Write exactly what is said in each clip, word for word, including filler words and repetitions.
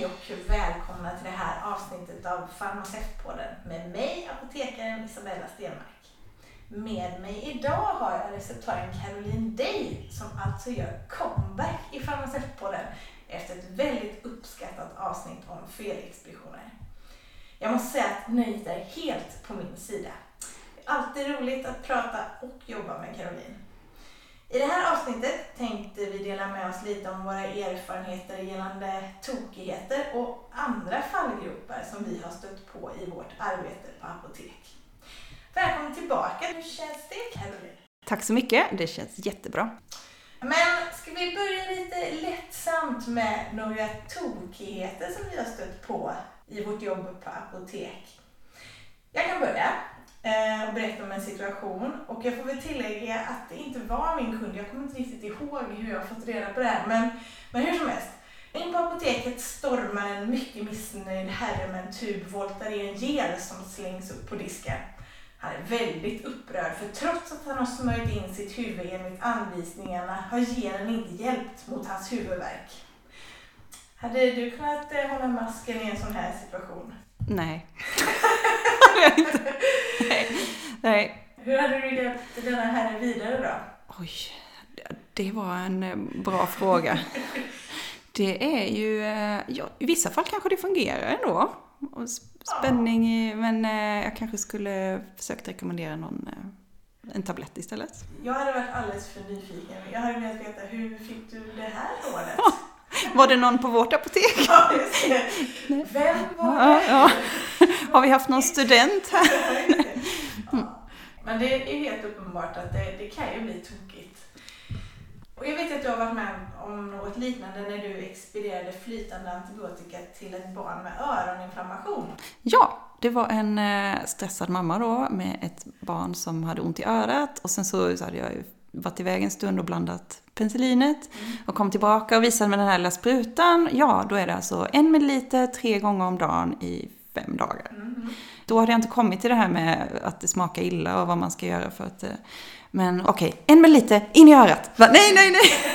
och välkomna till det här avsnittet av Farmaceutpodden med mig, apotekaren Isabella Stenmark. Med mig idag har jag receptören Caroline Day som alltså gör comeback i Farmaceutpodden efter ett väldigt uppskattat avsnitt om felexpeditioner. Jag måste säga att nöjet är helt på min sida. Det är alltid roligt att prata och jobba med Caroline. I det här avsnittet tänkte vi dela med oss lite om våra erfarenheter gällande tokigheter och andra fallgropar som vi har stött på i vårt arbete på apotek. Välkommen tillbaka, hur känns det Caroline? Tack så mycket, det känns jättebra. Men ska vi börja lite lättsamt med några tokigheter som vi har stött på i vårt jobb på apotek. Jag kan börja och berätta om en situation och jag får väl tillägga att det inte var min kund. Jag kommer inte riktigt ihåg hur jag har fått reda på det här, men, men hur som helst. In på apoteket stormar en mycket missnöjd herre med en tub Voltaren gel som slängs upp på disken. Han är väldigt upprörd för trots att han har smörjt in sitt huvud enligt anvisningarna har gelen inte hjälpt mot hans huvudvärk. Hade du kunnat hålla masken i en sån här situation? Nej. Nej. Nej. Hur hade du hjälpt denna herre vidare då? Oj, det var en bra fråga. Det är ju, ja, i vissa fall kanske det fungerar ändå. Och spänning i, men jag kanske skulle försökt rekommendera någon, en tablett istället. Jag hade varit alldeles för nyfiken. Jag hade velat veta, hur fick du det här rådet? Var det någon på vårt apotek? Ja, just det. Vem var det? Ja, ja. Har vi haft någon student här? Ja. Men det är helt uppenbart att det, det kan ju bli tokigt. Och jag vet att du har varit med om något liknande när du expedierade flytande antibiotika till ett barn med öroninflammation. Ja, det var en stressad mamma då med ett barn som hade ont i örat. Och sen så, så hade jag ju varit iväg en stund och blandat penicillinet. Mm. Och kom tillbaka och visade med den här lilla sprutan. Ja, då är det alltså en milliliter tre gånger om dagen i fem dagar. Mm. Då hade jag inte kommit till det här med att det smakar illa och vad man ska göra för att... Men okej, okay, en milliliter in i örat. Va? Nej, nej,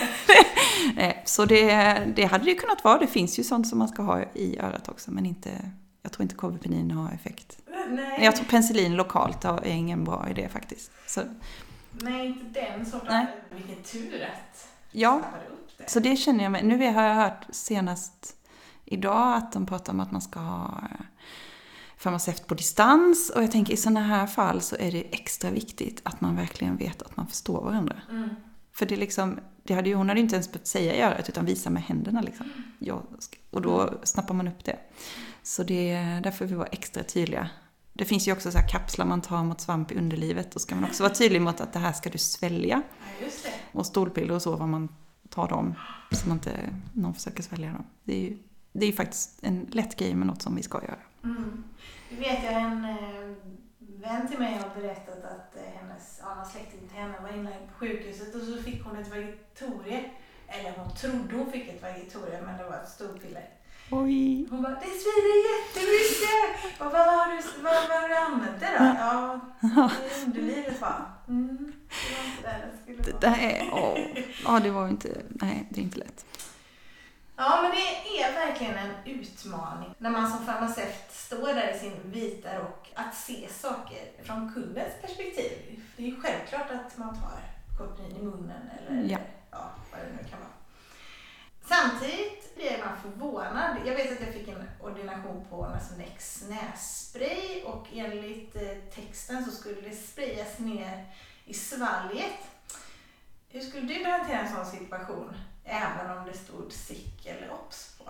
nej. Så det, det hade det kunnat vara. Det finns ju sånt som man ska ha i örat också. Men inte, jag tror inte Kovepenin har effekt. Nej. Jag tror penicillin lokalt är ingen bra idé faktiskt. Så. Nej, inte den sorten. Nej. Vilken tur att ja, upp det. Så det känner jag mig. Nu har jag hört senast idag att de pratar om att man ska ha farmaceut på distans. Och jag tänker i sådana här fall så är det extra viktigt att man verkligen vet att man förstår varandra. Mm. För det liksom, det hade ju, hon hade inte ens behövt säga göra det utan visa med händerna liksom. Jag ska, och då snappar man upp det. Så det, därför får vi vara extra tydliga. Det finns ju också så här kapslar man tar mot svamp i underlivet. Då ska man också vara tydlig mot att det här ska du svälja. Ja, just det. Och stolpiller och så, vad man tar dem. Så man inte någon försöker svälja dem. Det är ju, det är ju faktiskt en lätt grej med något som vi ska göra. Mm. Du vet jag en eh, vän till mig har berättat att eh, hennes ja, släkting till henne var inlagd på sjukhuset och så fick hon ett vagitorie. Eller hon trodde hon fick ett vagitorie men det var ett storpiller. Oj. Hon bara, det svider jättemycket. Och vad har du, vad, vad har du använt det då? Ja, det är underlivet bara. Mm, det var inte där det skulle vara. Det är, åh, ja, det var inte, nej, det är inte lätt. Ja, men det är verkligen en utmaning när man som farmaceut står där i sin vita rock att se saker från kundens perspektiv. Det är ju självklart att man tar Kovepenin i munnen eller ja. Ja, vad det nu kan vara. Samtidigt blir man förvånad. Jag vet att jag fick en ordination på Nasonex nässpray och enligt texten så skulle det sprayas ner i svalget. Hur skulle du hantera en sån situation? Även om det stod S I C eller O B S på.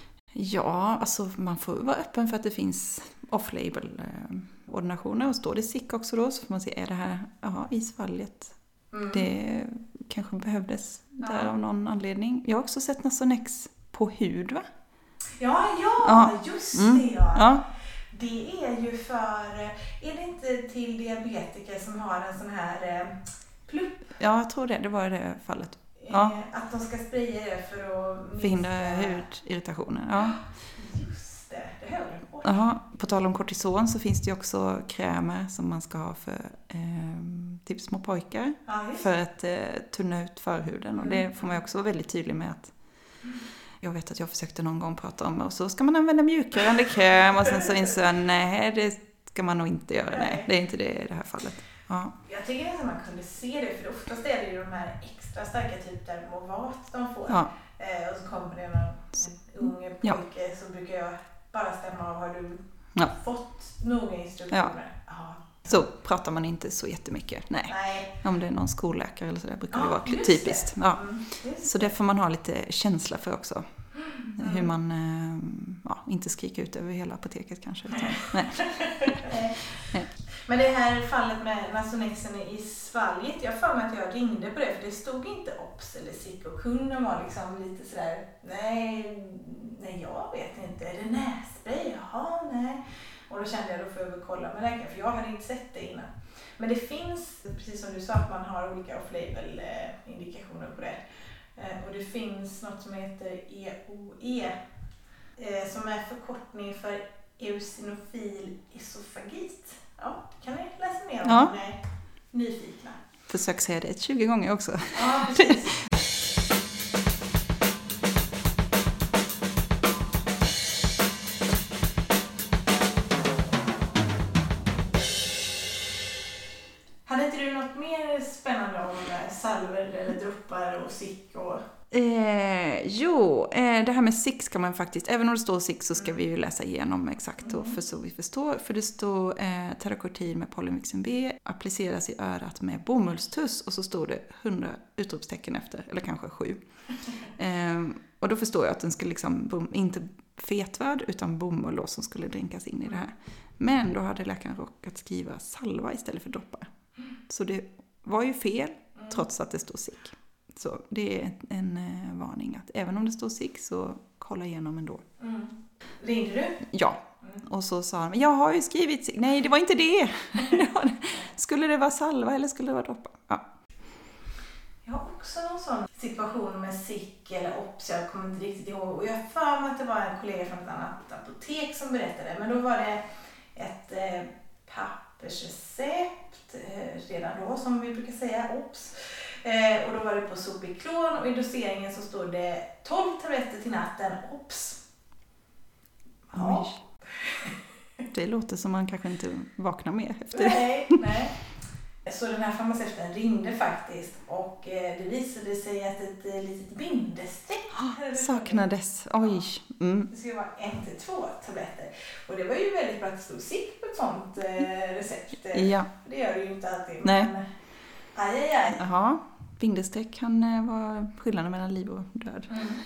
Ja, alltså man får vara öppen för att det finns off-label ordinationer. Och står det S I C också då så får man se, är det här aha, i svalget? Mm. Det kanske behövdes där ja. Av någon anledning. Jag har också sett Nasonex på hud, va? Ja, ja, ja. Just mm. det. Ja. Ja. Det är ju för, är det inte till diabetiker som har en sån här eh, plupp? Ja, jag tror det. Det var det fallet. Ja. Att de ska spraya det för att minska... förhindra hudirritationer. Ja. Just det, det höll jag på. Aha. På tal om kortison så finns det ju också krämer som man ska ha för eh, typ små pojkar. Ja, för att eh, tunna ut förhuden. Och det får man ju också vara väldigt tydlig med att Jag vet att jag försökte någon gång prata om och så ska man använda mjukgörande kräm och sen så insåg jag nej, det ska man nog inte göra. Nej, det är inte det i det här fallet. Ja. Jag tycker nästan man kunde se det, för oftast är det ju de här extra starka typer Movat de får. Ja. Eh, och så kommer det någon ung pojke ja. Så brukar jag bara stämma av, har du ja. fått några instruktioner? Ja. Ja. Så pratar man inte så jättemycket. Nej. Nej. Om det är någon skolläkare eller så där brukar ja, det vara typiskt. Det. Ja. Mm, så det får man ha lite känsla för också. Mm. Hur man ja, inte skriker ut över hela apoteket kanske. Nej. Nej. Nej. Men det här fallet med Nasonexen i svalget, jag får mig att jag ringde på det, för det stod inte ops eller sick, och kunden var liksom lite sådär, nej, nej jag vet inte, är det nässpray? Jaha, nej. Och då kände jag, då får jag väl kolla med läkaren, för jag hade inte sett det innan. Men det finns, precis som du sa, att man har olika off-label indikationer på det. Och det finns något som heter E O E, som är förkortning för eosinofil esofagit. Ja, kan ni läsa mer om ja. Ni är nyfikna. Försök säga det tjugo gånger också. Ja, precis. Hade inte du något mer spännande om salver eller droppar och sick och... Eh, jo, eh, det här med sick ska man faktiskt, även om det står sick så ska vi ju läsa igenom exakt och för så vi förstår. För det står eh, Terrakortid med Polymyxin B appliceras i örat med bomullstuss och så står det hundra utropstecken efter, eller kanske sju. Eh, och då förstår jag att den ska liksom, bom, inte fetvärd utan bomull då, som skulle dränkas in i det här. Men då hade läkaren råkat skriva salva istället för droppar. Så det var ju fel trots att det stod sick. Så det är en, en uh, varning att även om det står sick så kolla igenom ändå. Mm. Ringde du? Ja. Mm. Och så sa han, jag har ju skrivit sick. Nej, det var inte det. Skulle det vara salva eller skulle det vara droppar? Ja. Jag har också någon sån situation med sick eller ops, jag kommer inte riktigt ihåg. Och jag har för mig att det var en kollega från ett annat apotek som berättade. Men då var det ett eh, pappersrecept eh, redan då, som vi brukar säga, ops. Eh, och då var det på Sobiklon och i doseringen så stod det tolv tabletter till natten, ops. Ja. Det låter som man kanske inte vaknar mer efter det. Nej, nej. Så den här farmaceuten ringde faktiskt och eh, det visade sig att ett eh, litet bindestreck oh, saknades. Oj. Mm. Det skulle vara en till två tabletter. Och det var ju väldigt bra att det stod sick på ett sånt eh, recept. Ja. Det gör det ju inte alltid. Nej. Men, aj, aj, aj. Jaha. Bindestreck kan vara skillnaden mellan liv och död. Mm. Mm.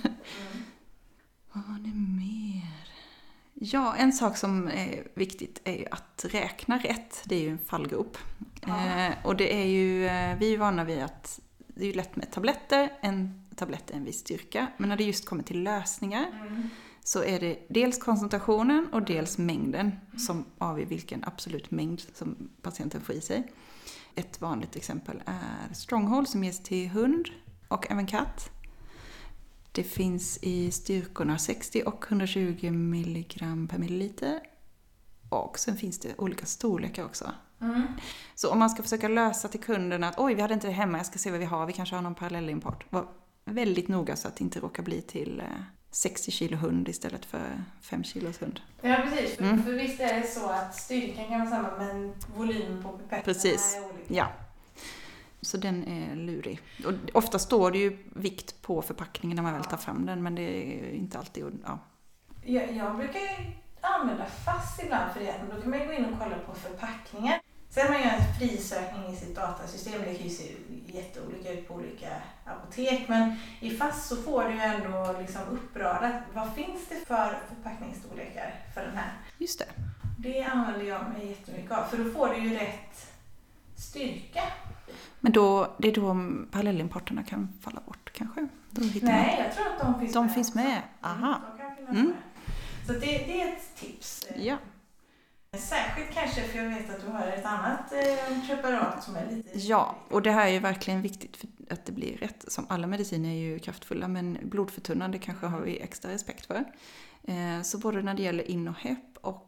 Vad var det mer? Ja, en sak som är viktigt är ju att räkna rätt. Det är ju en fallgrop. Ja. Eh, och det är ju, vi är vana vid att det är ju lätt med tabletter. En tablett är en viss styrka. Men när det just kommer till lösningar mm. så är det dels koncentrationen och dels mängden som avgör vilken absolut mängd som patienten får i sig. Ett vanligt exempel är Stronghold som ges till hund och även katt. Det finns i styrkorna sextio och hundratjugo milligram per milliliter. Och sen finns det olika storlekar också. Mm. Så om man ska försöka lösa till kunderna att oj, vi hade inte det hemma, jag ska se vad vi har, vi kanske har någon parallellimport. Var väldigt noga så att det inte råkar bli till sextio kilo hund istället för fem kilos hund. Ja, precis. För, mm. för visst är det så att styrkan kan vara samma, men volymen på pipetterna precis. Är olika. Ja. Så den är lurig. Och ofta står det ju vikt på förpackningen när man väl tar fram den, men det är inte alltid... Ja. Jag, jag brukar använda fast ibland för det, men då kan man ju gå in och kolla på förpackningar. Sen man gör en frisökning i sitt datasystem, det kan ju se jätteolika ut på olika apotek, men i fast så får du ju ändå liksom uppradat vad finns det för förpackningsstorlekar för den här. Just det. Det använder jag mig jättemycket av, för då får du ju rätt styrka. Men då, det är då parallellimporterna kan falla bort kanske? Då Nej, man... jag tror att de finns de med. De finns med, aha. De kan finnas mm. med. Så det, det är ett tips. Ja. Särskilt kanske för jag vet att du har ett annat eh, preparat som är lite... Ja, och det här är ju verkligen viktigt för att det blir rätt. Som alla mediciner är ju kraftfulla, men blodförtunnande kanske har vi extra respekt för. Eh, så både när det gäller Inohep och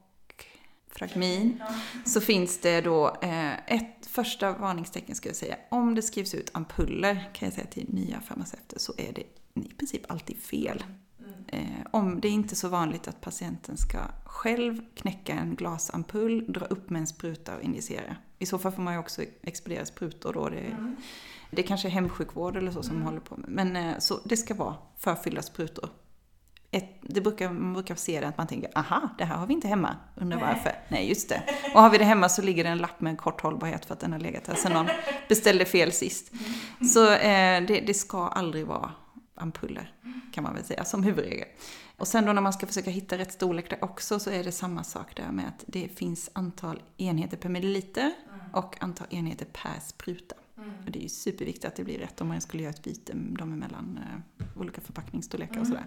Fragmin ja. Så finns det då eh, ett första varningstecken ska jag säga. Om det skrivs ut ampuller kan jag säga till nya farmaceuter så är det i princip alltid fel. Mm. Eh, om det är inte så vanligt att patienten ska själv knäcka en glasampull, dra upp med en spruta och injicera. I så fall får man ju också expediera sprutor då. Det, mm. det kanske är hemsjukvård eller så som mm. håller på med. Men eh, så det ska vara förfyllda sprutor. Ett, det brukar, man brukar se det att man tänker, aha, det här har vi inte hemma. Undrar Nej. varför. Nej, just det. Och har vi det hemma så ligger det en lapp med en kort hållbarhet för att den har legat här. Sen någon beställde fel sist. Mm. Så eh, det, det ska aldrig vara ampuller, kan man väl säga, som huvudregel. Och sen då när man ska försöka hitta rätt storlek där också, så är det samma sak där med att det finns antal enheter per milliliter mm. och antal enheter per spruta. Mm. Och det är ju superviktigt att det blir rätt om man skulle göra ett byte de emellan uh, olika förpackningsstorlekar mm. och sådär.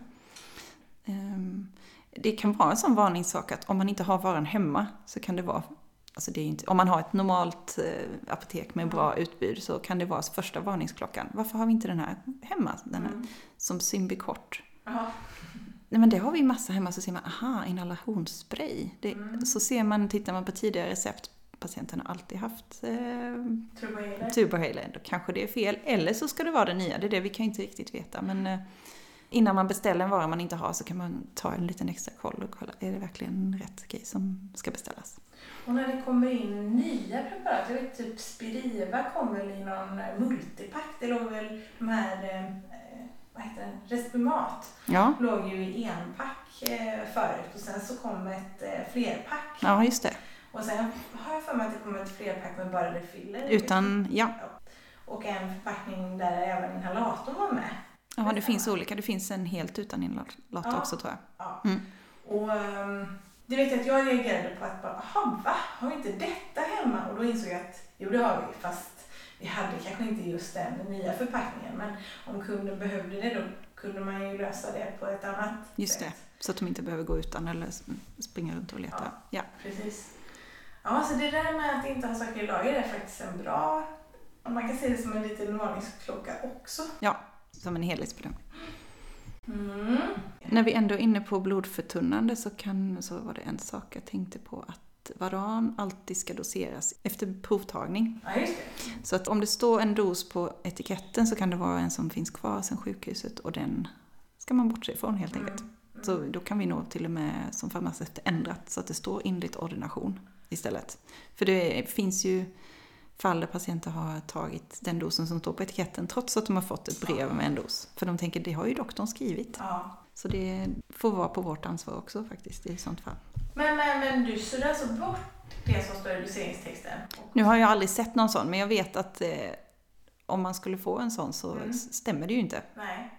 Um, det kan vara en sån varningssak att om man inte har varan hemma så kan det vara, alltså det är inte, om man har ett normalt eh, apotek med bra mm. utbud så kan det vara första varningsklockan. Varför har vi inte den här hemma? Den här, mm. som Symbicort. Aha. Nej, men det har vi massa hemma, så ser man, aha, inhalationsspray. Det, mm. Så ser man, tittar man på tidigare recept, patienten har alltid haft eh, turbohaler. turbohaler. Då kanske det är fel. Eller så ska det vara det nya, det är det vi kan inte riktigt veta. Men eh, innan man beställer en vara man inte har så kan man ta en liten extra koll och kolla, är det verkligen rätt grej som ska beställas? Och när det kommer in nya preparat, jag vet typ Spiriva kommer i någon multipack, det låg väl de här, eh, vad heter den, Respimat, ja. låg ju i en pack eh, förut och sen så kom ett eh, flerpack. Ja, just det. Och sen har jag för mig att det kommer ett flerpack med bara refiller. Utan, ja. Och en förpackning där även inhalatorn var med. Ja, det, det finns olika. Det finns en helt utan inhalator ja. också, tror jag. Ja. Mm. Och um, det vet jag att jag reagerade på att bara, aha, va? Har vi inte detta hemma? Och då insåg jag att, jo det har vi, fast vi hade kanske inte just den nya förpackningen. Men om kunden behövde det, då kunde man ju lösa det på ett annat just sätt. Det, så att de inte behöver gå utan eller springa runt och leta. Ja, ja. precis. Ja, så det där med att inte ha saker i lager är faktiskt en bra, man kan se det som en liten varningsklocka också. Ja, som en helhetsbedömning. Mm. När vi ändå är inne på blodförtunnande så, kan, så var det en sak jag tänkte på, att varan alltid ska doseras efter provtagning. Ja, just det. Så att om det står en dos på etiketten så kan det vara en som finns kvar sedan sjukhuset och den ska man bortse ifrån helt enkelt. Mm. Mm. Så då kan vi nog till och med som farmaceut ändrat så att det står inligt ordination istället. För det finns ju fall där patienter har tagit den dosen som står på etiketten trots att de har fått ett brev med en dos. För de tänker, det har ju doktorn skrivit. Ja. Så det får vara på vårt ansvar också faktiskt i sånt fall. Men, men, men du suddar alltså bort det som står i doseringstexten? Nu har jag aldrig sett någon sån, men jag vet att eh, om man skulle få en sån så mm. stämmer det ju inte. Nej,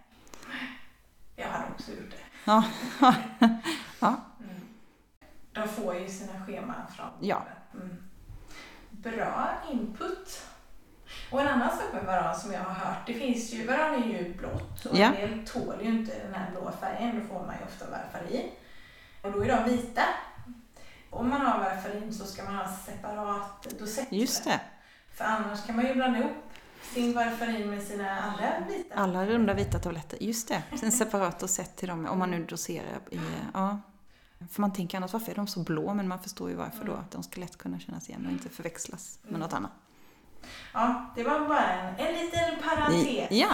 jag hade också gjort det. Ja. ja. Mm. De får ju sina scheman från. Ja. Mm. Bra input. Och en annan sak med varan som jag har hört, det finns ju, varan är ju blått och ja. en del tål ju inte den här blå färgen, då får man ju ofta varfarin. Och då är de vita. Om man har varfarin så ska man ha separat dosett. Just det. För annars kan man ju blanda ihop sin varfarin med sina alla vita. Alla runda vita tabletter, just det. En separat dosett till dem, om man nu doserar i, ja. För man tänker annars, varför är de så blå? Men man förstår ju varför då, att de ska lätt kunna kännas igen och inte förväxlas med något annat. Ja, det var bara en, en liten parentes. Ja.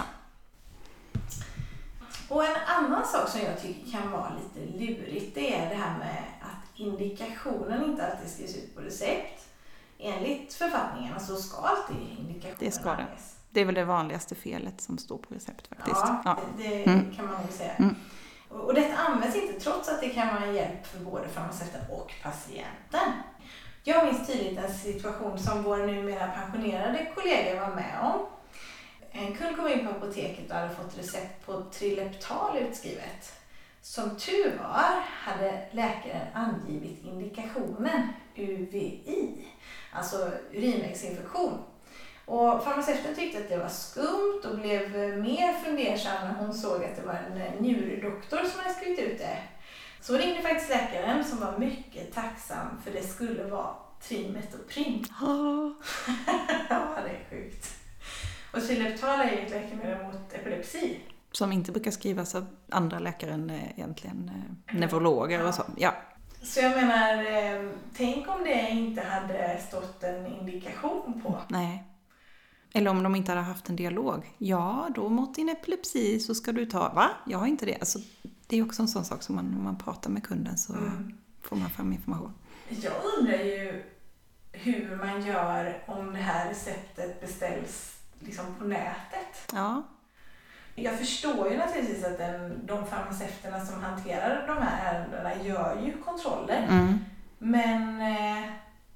Och en annan sak som jag tycker kan vara lite lurigt, det är det här med att indikationen inte alltid skrivs ut på recept. Enligt författningarna så ska alltid indikationen det ska det. Det är väl det vanligaste felet som står på recept faktiskt. Ja, ja. det, det mm. kan man nog säga. Mm. Och, och detta används inte trots att det kan vara en hjälp för både farmaceuten och patienten. Jag minns tydligt en situation som vår numera pensionerade kollega var med om. En kund kom in på apoteket och hade fått recept på Trileptal utskrivet. Som tur var hade läkaren angivit indikationen U V I, alltså urinvägsinfektion. Och farmaceuten tyckte att det var skumt och blev mer fundersam när hon såg att det var en njurdoktor som hade skrivit ut det. Så ringde faktiskt läkaren som var mycket tacksam för det skulle vara Trimetoprim. Oh. Ja, det är sjukt. Och Trileptal är ju ett läkemedel mot epilepsi. Som inte brukar skrivas av andra läkare än egentligen neurologer ja. och så. Ja. Så jag menar, tänk om det inte hade stått en indikation på. Nej. Eller om de inte hade haft en dialog. Ja, då mot din epilepsi så ska du ta, va? Jag har inte det. Alltså, Det är också en sån sak som man, om man pratar med kunden så Mm. får man fram information. Jag undrar ju hur man gör om det här receptet beställs liksom på nätet. Ja. Jag förstår ju naturligtvis att den, de farmaceuterna som hanterar de här ärendena gör ju kontroller. Mm. Men eh,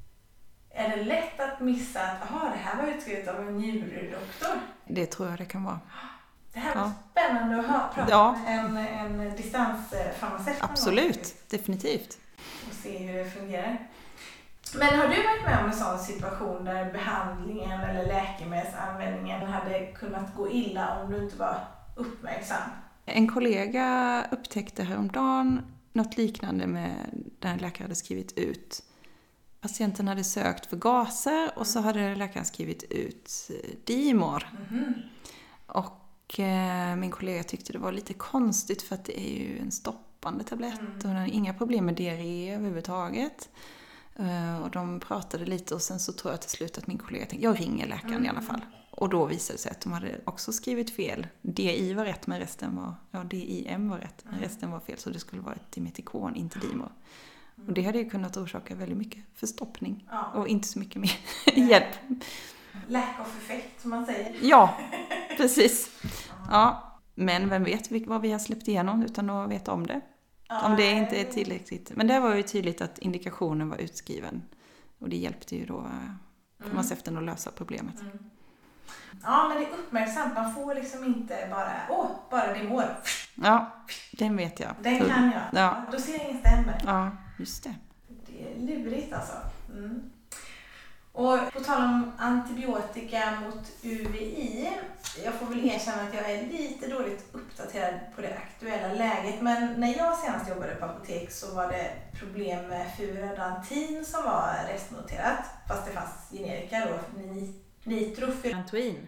är det lätt att missa att aha, det här var utskrivet av en njurdoktor? Det tror jag det kan vara. Det här var Ja. spännande att höra, prata Ja. med en, en distansfarmaceut. Absolut, definitivt. Och se hur det fungerar. Men har du varit med om en sån situation där behandlingen eller läkemedelsanvändningen hade kunnat gå illa om du inte var uppmärksam? En kollega upptäckte häromdagen något liknande med där en läkare hade skrivit ut. Patienten hade sökt för gaser och så hade läkaren skrivit ut Dimor. Mm-hmm. Och eh, min kollega tyckte det var lite konstigt för att det är ju en stoppande tablett Mm. och hon hade inga problem med diarré överhuvudtaget. Uh, och de pratade lite och sen så tror jag till slut att min kollega tänkte, jag ringer läkaren mm. i alla fall. Och då visade det sig att de hade också skrivit fel. D I var rätt men resten var, ja D I M var rätt men resten var fel. Så det skulle vara ett dimetikon, inte Dimor. Mm. Och det hade ju kunnat orsaka väldigt mycket förstoppning. Ja. Och inte så mycket mer hjälp. Lack of effect som man säger. Ja, precis. Ja, men vem vet vad vi har släppt igenom utan att veta om det. Om det inte är tillräckligt. Men där var ju tydligt att indikationen var utskriven. Och det hjälpte ju då farmaceuten att lösa problemet. Mm. Ja, men det är uppmärksamt. Man får liksom inte bara, åh, bara Dimor. Ja, den vet jag. Den kan jag. Ja. Doseringen stämmer. Ja, just det. Det är lurigt alltså. Mm. Och på tal om antibiotika mot U V I, jag får väl erkänna att jag är lite dåligt uppdaterad på det aktuella läget, men när jag senast jobbade på apotek så var det problem med Furadantin som var restnoterat, fast det fanns generika då, nitrofurantoin.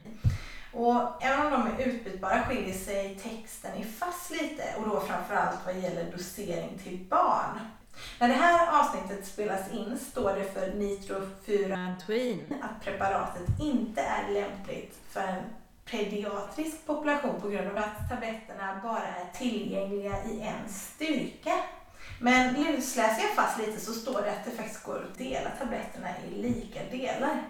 Och även om de är utbytbara skiljer sig texten i fast lite, och då framförallt vad gäller dosering till barn. När det här avsnittet spelas in står det för nitrofurantoin att preparatet inte är lämpligt för en pediatrisk population på grund av att tabletterna bara är tillgängliga i en styrka. Men lusläser jag fast lite så står det att det faktiskt går att dela tabletterna i lika delar.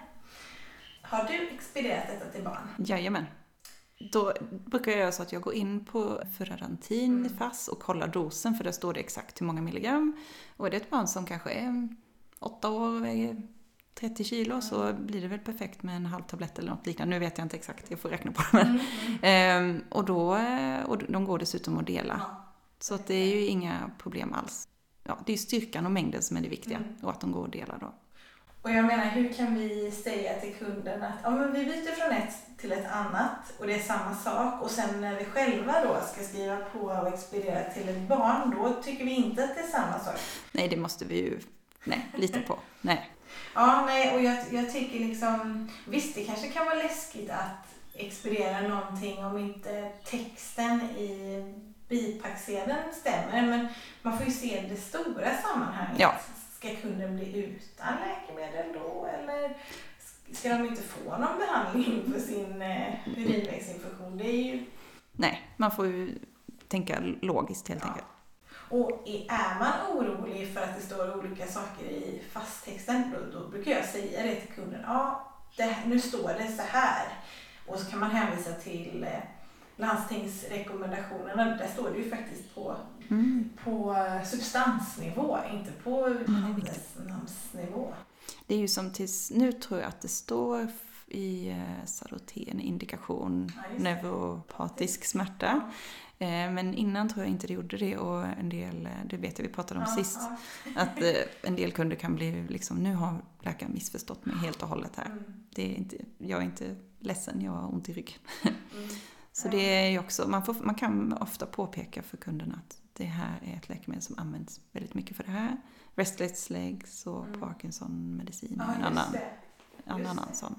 Har du expedierat detta till barn? Jajamän. Då brukar jag göra så att jag går in på Furadantin mm. fast och kollar dosen, för där står det exakt hur många milligram. Och är det ett barn som kanske är åtta år och väger trettio kilo mm. så blir det väl perfekt med en halv tablett eller något liknande. Nu vet jag inte exakt, jag får räkna på det. Mm. ehm, och, då, och de går dessutom att dela. Ja. Så att det är ju inga problem alls. Ja, det är styrkan och mängden som är det viktiga mm. och att de går att dela då. Och jag menar, hur kan vi säga till kunden att ja, men vi byter från ett till ett annat och det är samma sak, och sen när vi själva då ska skriva på och expediera till ett barn, då tycker vi inte att det är samma sak. Nej, det måste vi ju nej, lita på. Nej. Ja, nej, och jag, jag tycker liksom, visst det kanske kan vara läskigt att expediera någonting om inte texten i bipacksedeln stämmer, men man får ju se det stora sammanhanget. Ja. Ska kunden bli utan läkemedel då, eller ska de inte få någon behandling för sin eh, urinvägsinfektion? Det är ju... Nej, man får ju tänka logiskt helt ja. enkelt. Och är man orolig för att det står olika saker i fasttexten, då, då brukar jag säga det till kunden. Ja, det, nu står det så här. Och så kan man hänvisa till eh, landstingsrekommendationerna. Där står det ju faktiskt på, mm. på substansnivå, inte på namnsnivå. Det är ju som tills nu tror jag att det står i eh, Saroten indikation ja, neuropatisk smärta. Ja. Eh, men innan tror jag inte det gjorde det, och en del, det vet jag vi pratade om ja, sist, ja. att eh, en del kunder kan bli liksom, nu har läkaren missförstått mig helt och hållet här. Mm. Det är inte, jag är inte ledsen, jag har ont i ryggen. Mm. Så det är ju också, man, får, man kan ofta påpeka för kunderna att det här är ett läkemedel som används väldigt mycket för det här. Restless legs och mm. Parkinson-medicin ja, en annan, en annan sån.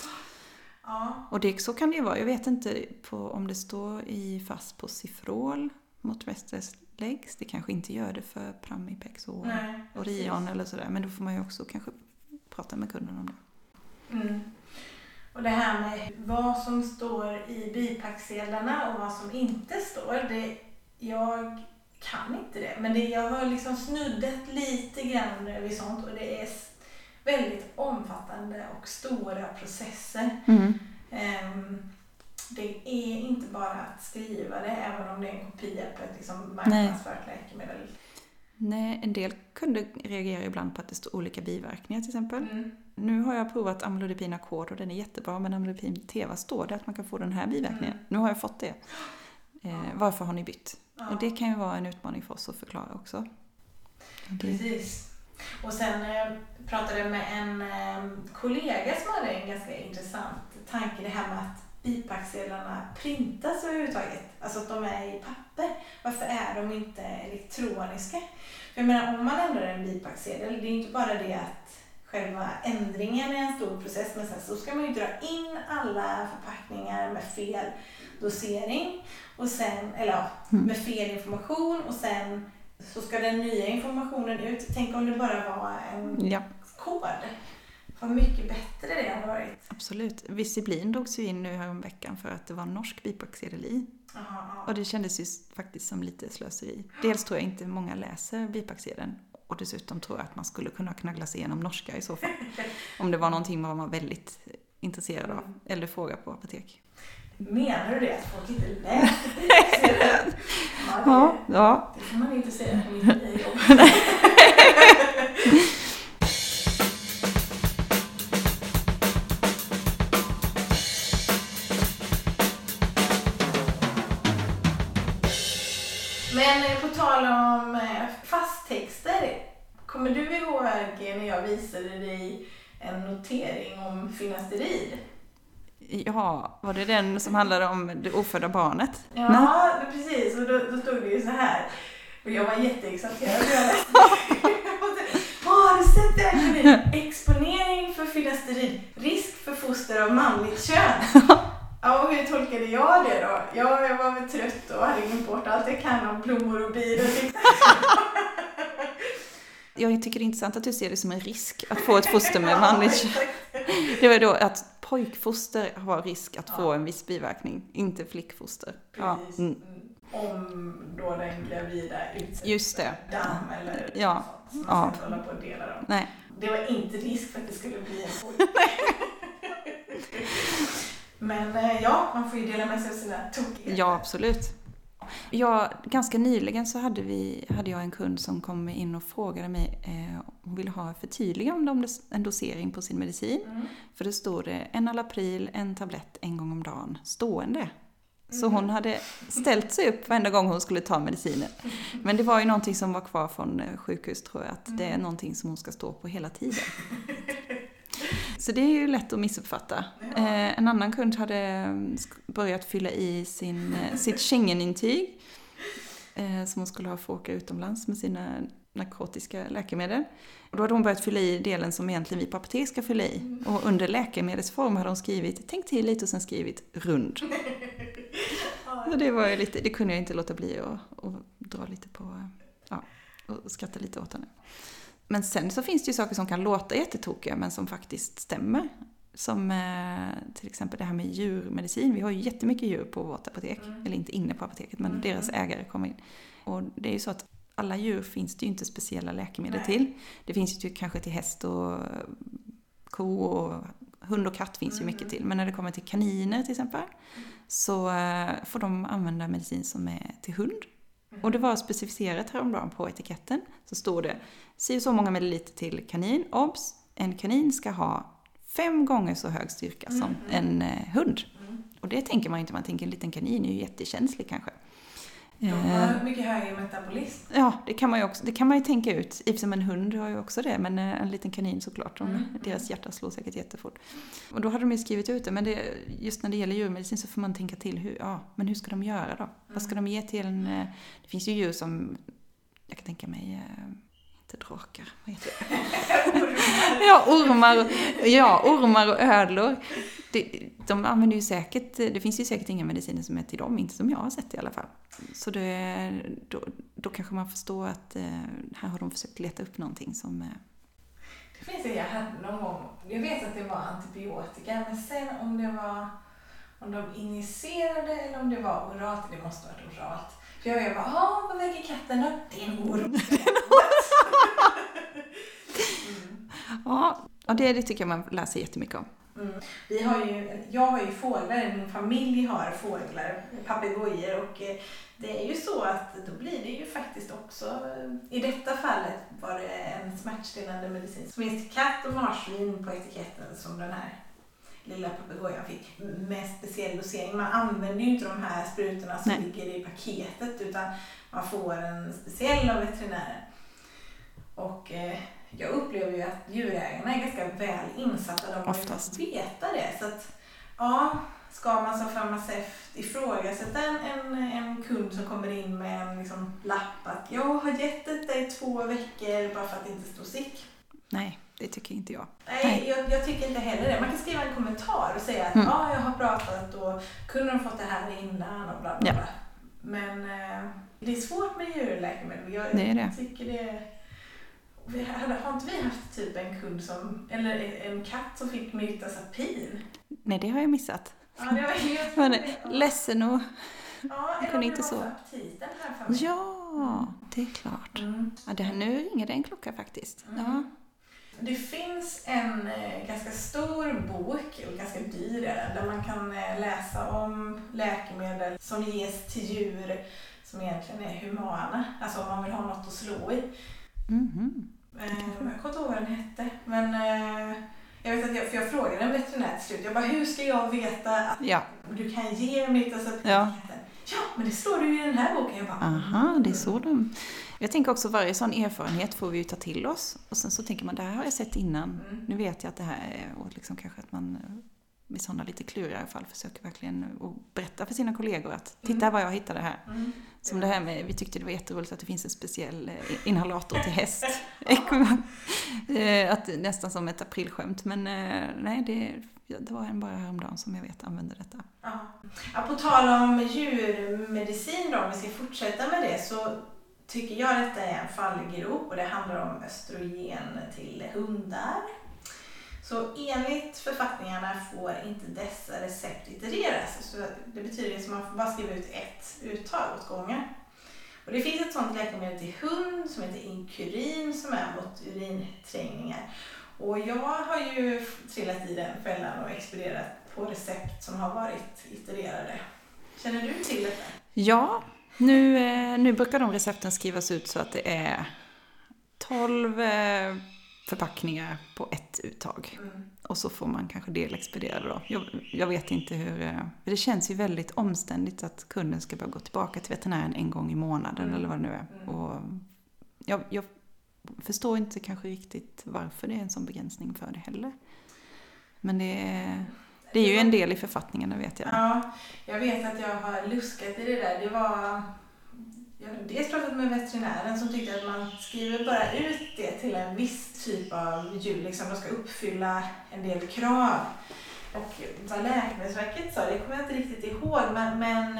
Ja. Och det, så kan det ju vara. Jag vet inte på, om det står i fast på Cifrol mot restless legs. Det kanske inte gör det för Pramipex och Orion eller sådär. Men då får man ju också kanske prata med kunden om det. Mm. Och det här med vad som står i bipacksedlarna och vad som inte står. Det, jag kan inte det. Men det, jag har liksom snuddat lite grann vid sånt och det är väldigt omfattande och stora processer. Mm. Um, det är inte bara att skriva det, även om det är en kopia på ett liksom marknadsfört läkemedel. Nej, en del kunder reagerar ibland på att det står olika biverkningar till exempel. Mm. Nu har jag provat amlodipin Accord och den är jättebra, men amlodipin Teva står det att man kan få den här biverkningen. Mm. Nu har jag fått det. Eh, varför har ni bytt? Ja. Och det kan ju vara en utmaning för oss att förklara också. Det... Precis. Och sen eh, pratade jag med en eh, kollega som hade en ganska intressant tanke, det här med att bipacksedlarna printas överhuvudtaget. Alltså att de är i papper. Varför är de inte elektroniska? För jag menar, om man ändrar en bipacksedel, det är inte bara det att själva ändringen är en stor process, men sen så ska man ju dra in alla förpackningar med fel dosering och sen, eller ja, med fel information och sen så ska den nya informationen ut. Tänk om det bara var en ja. kod. Vad mycket bättre det hade varit. Absolut. Visiblin drogs ju in nu här om veckan för att det var en norsk bipacksedel i. Aha, aha. Och det kändes ju faktiskt som lite slöseri. Dels tror jag inte många läser bipacksedeln. Och dessutom tror jag att man skulle kunna knaggla sig igenom norska i så fall. Om det var någonting man var väldigt intresserad av. Eller fråga på apotek. Menar du det? Att folk inte läser bipacksedeln? Ja, det, ja, ja. Det får man inte säga på mitt nya jobb. Men på tal om fasttexter, kommer du ihåg när jag visade dig en notering om finasterid? Ja, var det den som handlade om det ofödda barnet? Ja, Nej. precis. Och då, då stod det ju så här. Och jag var jätteexalterad. Vad har du sett det här? Exponering för finasterid. Risk för foster av manligt kön. Ja, och hur tolkade jag det då? Ja, jag var väl trött och hade glömt bort allt jag kan om blommor och bin. Jag tycker det är intressant att du ser det som en risk att få ett foster med manligt kön. Det var då att pojkfoster har risk att ja. få en viss biverkning, inte flickfoster. Ja. Mm. Om då den gravida utsätts Just det. för damm eller ja. sånt. Man ska inte hålla på och dela dem. Nej. Det var inte risk för att det skulle bli en pojk. Men ja, man får ju dela med sig av sina tokigheter. Ja, absolut. Ja, ganska nyligen så hade, vi, hade jag en kund som kom in och frågade mig eh, om hon ville ha förtydligande om en dosering på sin medicin. Mm. För det stod det en Alapril, en tablett en gång om dagen, stående. Mm. Så hon hade ställt sig upp varenda gång hon skulle ta medicinen. Men det var ju någonting som var kvar från sjukhus, tror jag, att mm. det är någonting som hon ska stå på hela tiden. Så det är ju lätt att missuppfatta. Ja. Eh, en annan kund hade börjat fylla i sin, sitt Schengen-intyg eh, som hon skulle ha för att åka utomlands med sina narkotiska läkemedel. Och då hade hon börjat fylla i delen som egentligen vi på apotek ska fylla i. Mm. Och under läkemedelsform hade hon skrivit, tänk till lite och sen skrivit rund. Så det var ju lite, det kunde jag inte låta bli att, att dra lite på, ja, och skratta lite åt henne. Men sen så finns det ju saker som kan låta jättetokiga men som faktiskt stämmer. Som eh, till exempel det här med djurmedicin. Vi har ju jättemycket djur på vårt apotek. Mm. Eller inte inne på apoteket, men mm. deras ägare kommer in. Och det är ju så att alla djur finns det ju inte speciella läkemedel Nej. till. Det finns ju kanske till häst och ko och hund och katt finns mm. ju mycket till. Men när det kommer till kaniner till exempel så eh, får de använda medicin som är till hund. Mm. Och det var specificerat häromdagen på etiketten. Så stod det, si så många milliliter till kanin. Obs, en kanin ska ha fem gånger så hög styrka mm. som en eh, hund. Mm. Och det tänker man inte, man tänker en liten kanin är ju jättekänslig kanske. De har mycket högre metabolism. Ja, det kan man ju också, det kan man ju tänka ut. I som en hund har ju också det, men en liten kanin såklart. De, mm. Deras hjärta slår säkert jättefort. Och då hade de ju skrivit ut det, men det, just när det gäller djurmedicin så får man tänka till, hur, ja, men hur ska de göra då? Mm. Vad ska de ge till en... Det finns ju djur som, jag kan tänka mig, inte drakar, vad heter det? ja, ormar och, ja, ormar och ödlor. Det, de använder ju säkert, det finns ju säkert inga mediciner som är till dem, inte som jag har sett i alla fall. Så det, då, då kanske man förstår att eh, här har de försökt leta upp någonting som... Eh... Det finns det jag hade någon gång, jag vet att det var antibiotika, men sen om det var, om de injicerade eller om det var oralt, det måste vara oralt. För jag är bara, ja, vad väger katten då? Det är en orm. mm. Ja, och det, det tycker jag man lär sig jättemycket om. Mm. Vi har ju, jag har ju fåglar, min familj har fåglar, papegojor, och det är ju så att då blir det ju faktiskt också, i detta fallet var det en smärtstillande medicin som finns till katt och marsvin på etiketten som den här lilla papegojan fick med speciell dosering. Man använder ju inte de här sprutorna som Nej. ligger i paketet, utan man får en speciell av veterinären. Och eh, jag upplever ju att djurägarna är ganska väl insatta, de oftast veta det. Så att, ja, ska man som farmaceut ifrågasätta en, en, en kund som kommer in med en liksom, lapp att jag har gett detta i två veckor bara för att inte stå sick. Nej, det tycker inte jag. Nej, Nej. Jag, jag tycker inte heller det. Man kan skriva en kommentar och säga att mm. ja, jag har pratat och kunde de fått det här innan och bla bla bla. Ja. Men eh, det är svårt med djurläkemedel. Jag det är det. tycker det. Vi hade, har inte vi haft typ en kund som, eller en katt som fick Mirtazapin? Nej, det har jag missat. Ja, det var helt Men ledsen och ja, jag kunde inte så. Aptiten här för mig. Ja, det är klart. Mm. Ja, det här, nu ringer det en klocka faktiskt. Mm. Ja. Det finns en eh, ganska stor bok, och ganska dyr där man kan eh, läsa om läkemedel som ges till djur som egentligen är humana. Alltså om man vill ha något att slå i. Mm-hmm. Eh, jag kommer inte ihåg vad den hette, men eh, jag vet att jag, för jag frågade en veterinär till slut. Jag bara, hur ska jag veta att ja. du kan ge Mirtazapin? Ja. Ja, men det står du i den här boken. Jag bara, aha, det är så de... Jag tänker också varje sån erfarenhet får vi ju ta till oss. Och sen så tänker man, det här har jag sett innan. Mm. Nu vet jag att det här är... Och liksom kanske att man med sådana lite kluriga fall försöker verkligen att berätta för sina kollegor att titta mm. vad jag hittade här. Mm. Som det här med, vi tyckte det var jätteroligt att det finns en speciell inhalator till häst. att, nästan som ett aprilskämt. Men nej, det, det var en bara häromdagen som jag vet använde detta. Ja. Ja, på tal om djurmedicin då, om vi ska fortsätta med det, så tycker jag att detta är en fallgrop, och det handlar om östrogen till hundar. Så enligt författningarna får inte dessa recept itereras. Så det betyder att man får bara skriva ut ett uttag åt gången. Och det finns ett sådant läkemedel till hund som heter Incurin som är mot urinträngningar. Och jag har ju trillat i den fällan och expedierat på recept som har varit itererade. Känner du till detta? Ja, nu, nu brukar de recepten skrivas ut så att det är tolv förpackningar på ett uttag. Mm. Och så får man kanske delexpediera då. Jag, jag vet inte hur... För det känns ju väldigt omständigt att kunden ska bara gå tillbaka till veterinären en gång i månaden mm. eller vad det nu är. Mm. Och jag, jag förstår inte kanske riktigt varför det är en sån begränsning för det heller. Men det är, det är ju en del i författningarna, vet jag. Ja, jag vet att jag har luskat i det där. Det var... Jag har dels pratat med veterinären som tyckte att man skriver bara ut det till en viss typ av djur. Liksom de ska uppfylla en del krav. Och vad Läkemedelsverket sa, det kommer jag inte riktigt ihåg. Men, men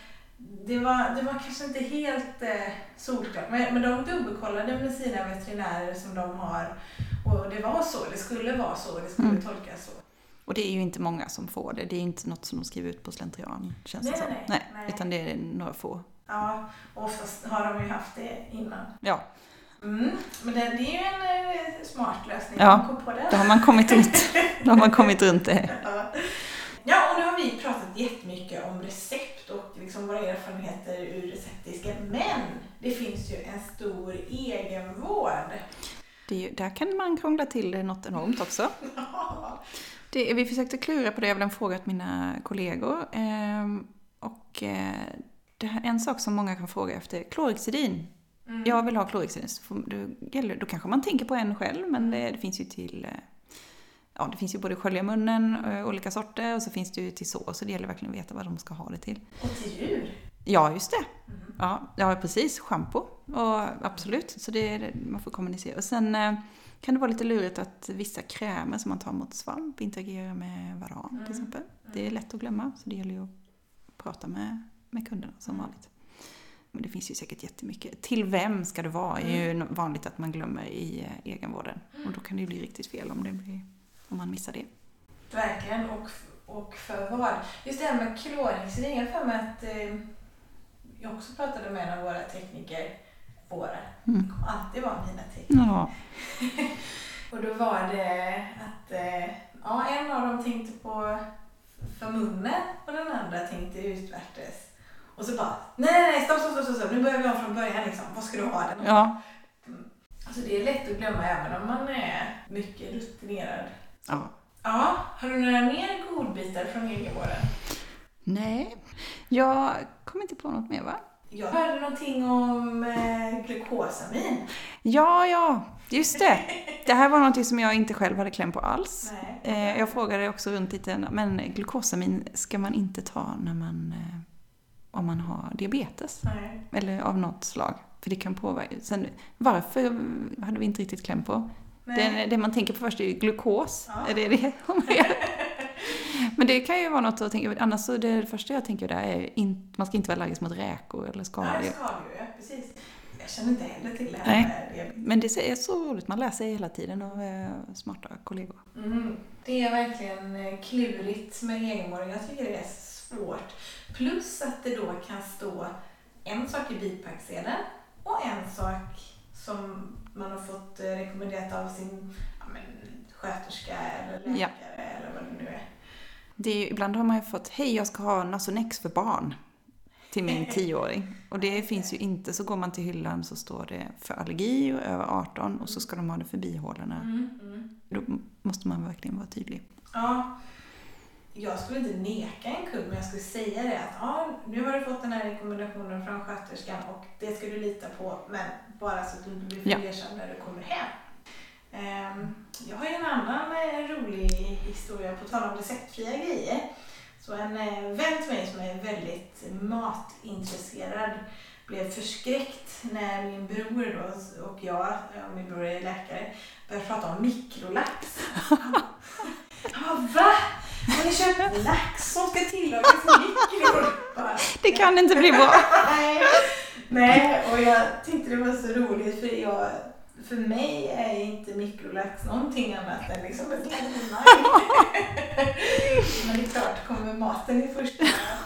det, var, det var kanske inte helt eh, solklart. Men, men de dubbelkollade med sina veterinärer som de har. Och det var så, det skulle vara så, det skulle mm. tolkas så. Och det är ju inte många som får det. Det är inte något som de skriver ut på slentrian, känns nej, det som. Nej, nej, nej. Utan det är några få. Ja, oftast har de ju haft det innan. Ja. Mm, men det, det är ju en eh, smart lösning. Ja, kom på det. Då har man kommit runt, då har man kommit runt det. Ja. Ja, och nu har vi pratat jättemycket om recept och liksom våra erfarenheter ur receptiska. Men det finns ju en stor egenvård. Det är ju, där kan man krångla till det något enormt också. Ja. Det, vi försökte klura på det, jag vill fråga åt mina kollegor. Ehm, och eh, det här, en sak som många kan fråga efter är klorhexidin. Mm. Jag vill ha klorhexidin. Då, då kanske man tänker på en själv, men det, det finns ju till... Ja, det finns ju både skölja munnen, olika sorter, och så finns det ju till så. Så det gäller verkligen att veta vad de ska ha det till. Och till djur? Ja, just det. Mm. Ja, ja, precis. Shampoo. Och absolut. Så det är, man får kommunicera. Och sen eh, kan det vara lite lurigt att vissa krämer som man tar mot svamp interagerar med varan mm. till exempel. Det är lätt att glömma. Så det gäller ju att prata med, med kunderna som mm. vanligt. Men det finns ju säkert jättemycket. Till vem ska det vara? Det är ju vanligt att man glömmer i eh, egenvården. Och då kan det ju bli riktigt fel om det blir... om man missar det. Verkligen, och, och för vad? Just det här med klorhexidin, jag för mig att eh, jag också pratade med en av våra tekniker, våra, Mm. det kommer alltid vara mina tekniker. Ja. Och då var det att eh, ja, en av dem tänkte på för munnen och den andra tänkte utvärtes. Och så bara, nej, nej, nej, stopp, stopp, stopp, stopp, nu börjar vi om från början liksom. Vad ska du ha den? Ja. Mm. Alltså det är lätt att glömma även om man är mycket rutinerad. Ja. Ja, har du några mer godbitar från egenvården? Nej, jag kommer inte på något mer, va? Jag hörde någonting om eh, glukosamin. Ja, ja, just det. Det här var någonting som jag inte själv hade kläm på alls. Nej. Eh, jag frågade också runt lite, men glukosamin ska man inte ta när man, eh, om man har diabetes? Nej. Eller av något slag. För det kan påverka. Sen, varför hade vi inte riktigt kläm på? Det, det man tänker på först är ju glukos. Ja. Är det det? Men det kan ju vara något att tänka på. Annars så det första jag tänker där är in, man ska inte vara allergisk mot räkor eller skaldjur. Nej, skaldjur, ja, precis. Jag känner inte heller till det här Nej. med diabetes. Men det är så roligt, man lär sig hela tiden av eh, smarta kollegor. Mm. Det är verkligen eh, klurigt med egenvården. Jag tycker det är svårt. Plus att det då kan stå en sak i bipacksedeln och en sak som man har fått eh, rekommenderat av sin ja, men, sköterska eller läkare Ja. eller vad det nu är. Det är ju, ibland har man ju fått, hej jag ska ha Nasonex för barn till min tioåring. Och det finns ju inte, så går man till hyllan så står det för allergi och över arton och så ska de ha det för bihålorna. Mm, mm. Då måste man verkligen vara tydlig. Ja, jag skulle inte neka en kund, men jag skulle säga det att ja, nu har du fått den här rekommendationen från sköterskan och det ska du lita på, men bara så att du inte blir fundersam när du kommer hem. Um, jag har ju en annan eh, rolig historia på tal om receptfria grejer. Så en eh, vän till mig som är väldigt matintresserad blev förskräckt när min bror då, och jag, och min bror är läkare, började prata om mikrolax. Han bara, va? Har ni köpt lax som ska tillagas i mikro? Bara, Det kan inte bli bra. Nej. Nej, och jag tyckte det var så roligt för jag, för mig är inte mikrolax någonting annat än liksom ett lemaj. Men det är klart, kommer maten i första.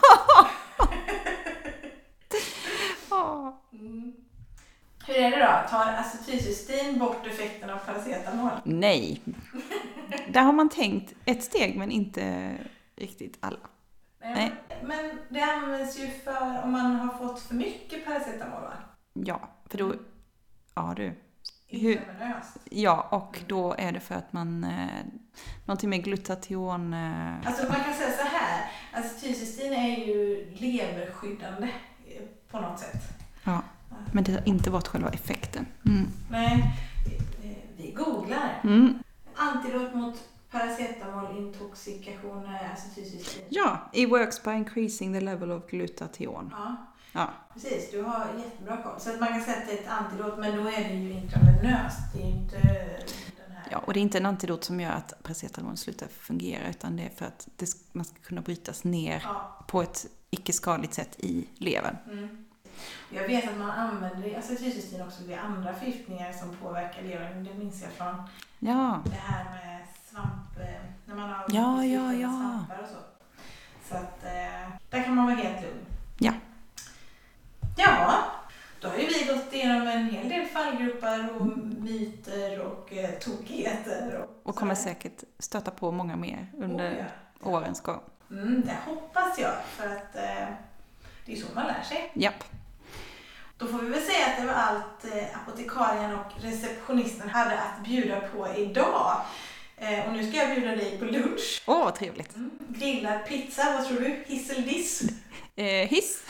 Mm. Hur är det då? Tar acetylcystein bort effekten av paracetamol? Nej. Där har man tänkt ett steg men inte riktigt alla. Nej. Men det används ju för om man har fått för mycket paracetamol, va? Ja, för då, ja du. Intravenöst. Ja, och då är det för att man, eh, någonting med glutation. Eh, Alltså man kan säga så här, acetylcystein är ju leverskyddande på något sätt. ja, men det har inte varit själva effekten. Mm. Nej, vi googlar. Mm. Antidot mot paracetamol-intoxikation är acetylcystein. Ja, it works by increasing the level of glutation. Ja, Ja. precis. Du har jättebra koll. Så att man kan säga att det är ett antidot, men då är det ju intravenöst. Det är ju inte den här... Ja, och det är inte en antidot som gör att paracetamol slutar fungera, utan det är för att det, man ska kunna brytas ner Ja. på ett icke-skadligt sätt i levern. Mm. Jag vet att man använder acetylcystein också vid andra förgiftningar som påverkar levern. Det minns jag från Ja, det här med svamp, när man har Ja, ja, ja. svampar och så. Så att eh, där kan man vara helt lugn. Ja. Ja, då har ju vi gått igenom en hel del fallgrupper och myter och eh, tokigheter. Och, och kommer säkert stöta på många mer under oh, ja. årens gång. Mm, det hoppas jag, för att eh, det är så man lär sig. Japp. Då får vi väl säga att det var allt eh, apotekarien och receptionisten hade att bjuda på idag. Eh, och nu ska jag bjuda dig på lunch. Åh, vad trevligt. Mm. Grillad pizza, vad tror du? Hiss eller diss? Eh, hiss.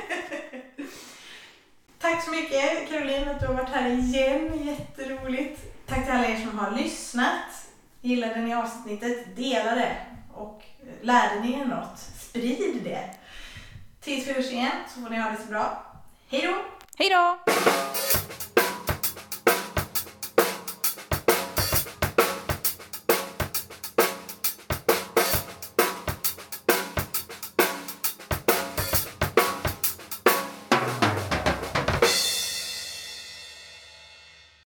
Tack så mycket Caroline att du har varit här igen, jätteroligt. Tack till alla er som har lyssnat. Gillade ni avsnittet, dela det. Och lärde ni er något, sprid det. Tills vi hörs igen så får ni ha det så bra. Hej då! Hej då!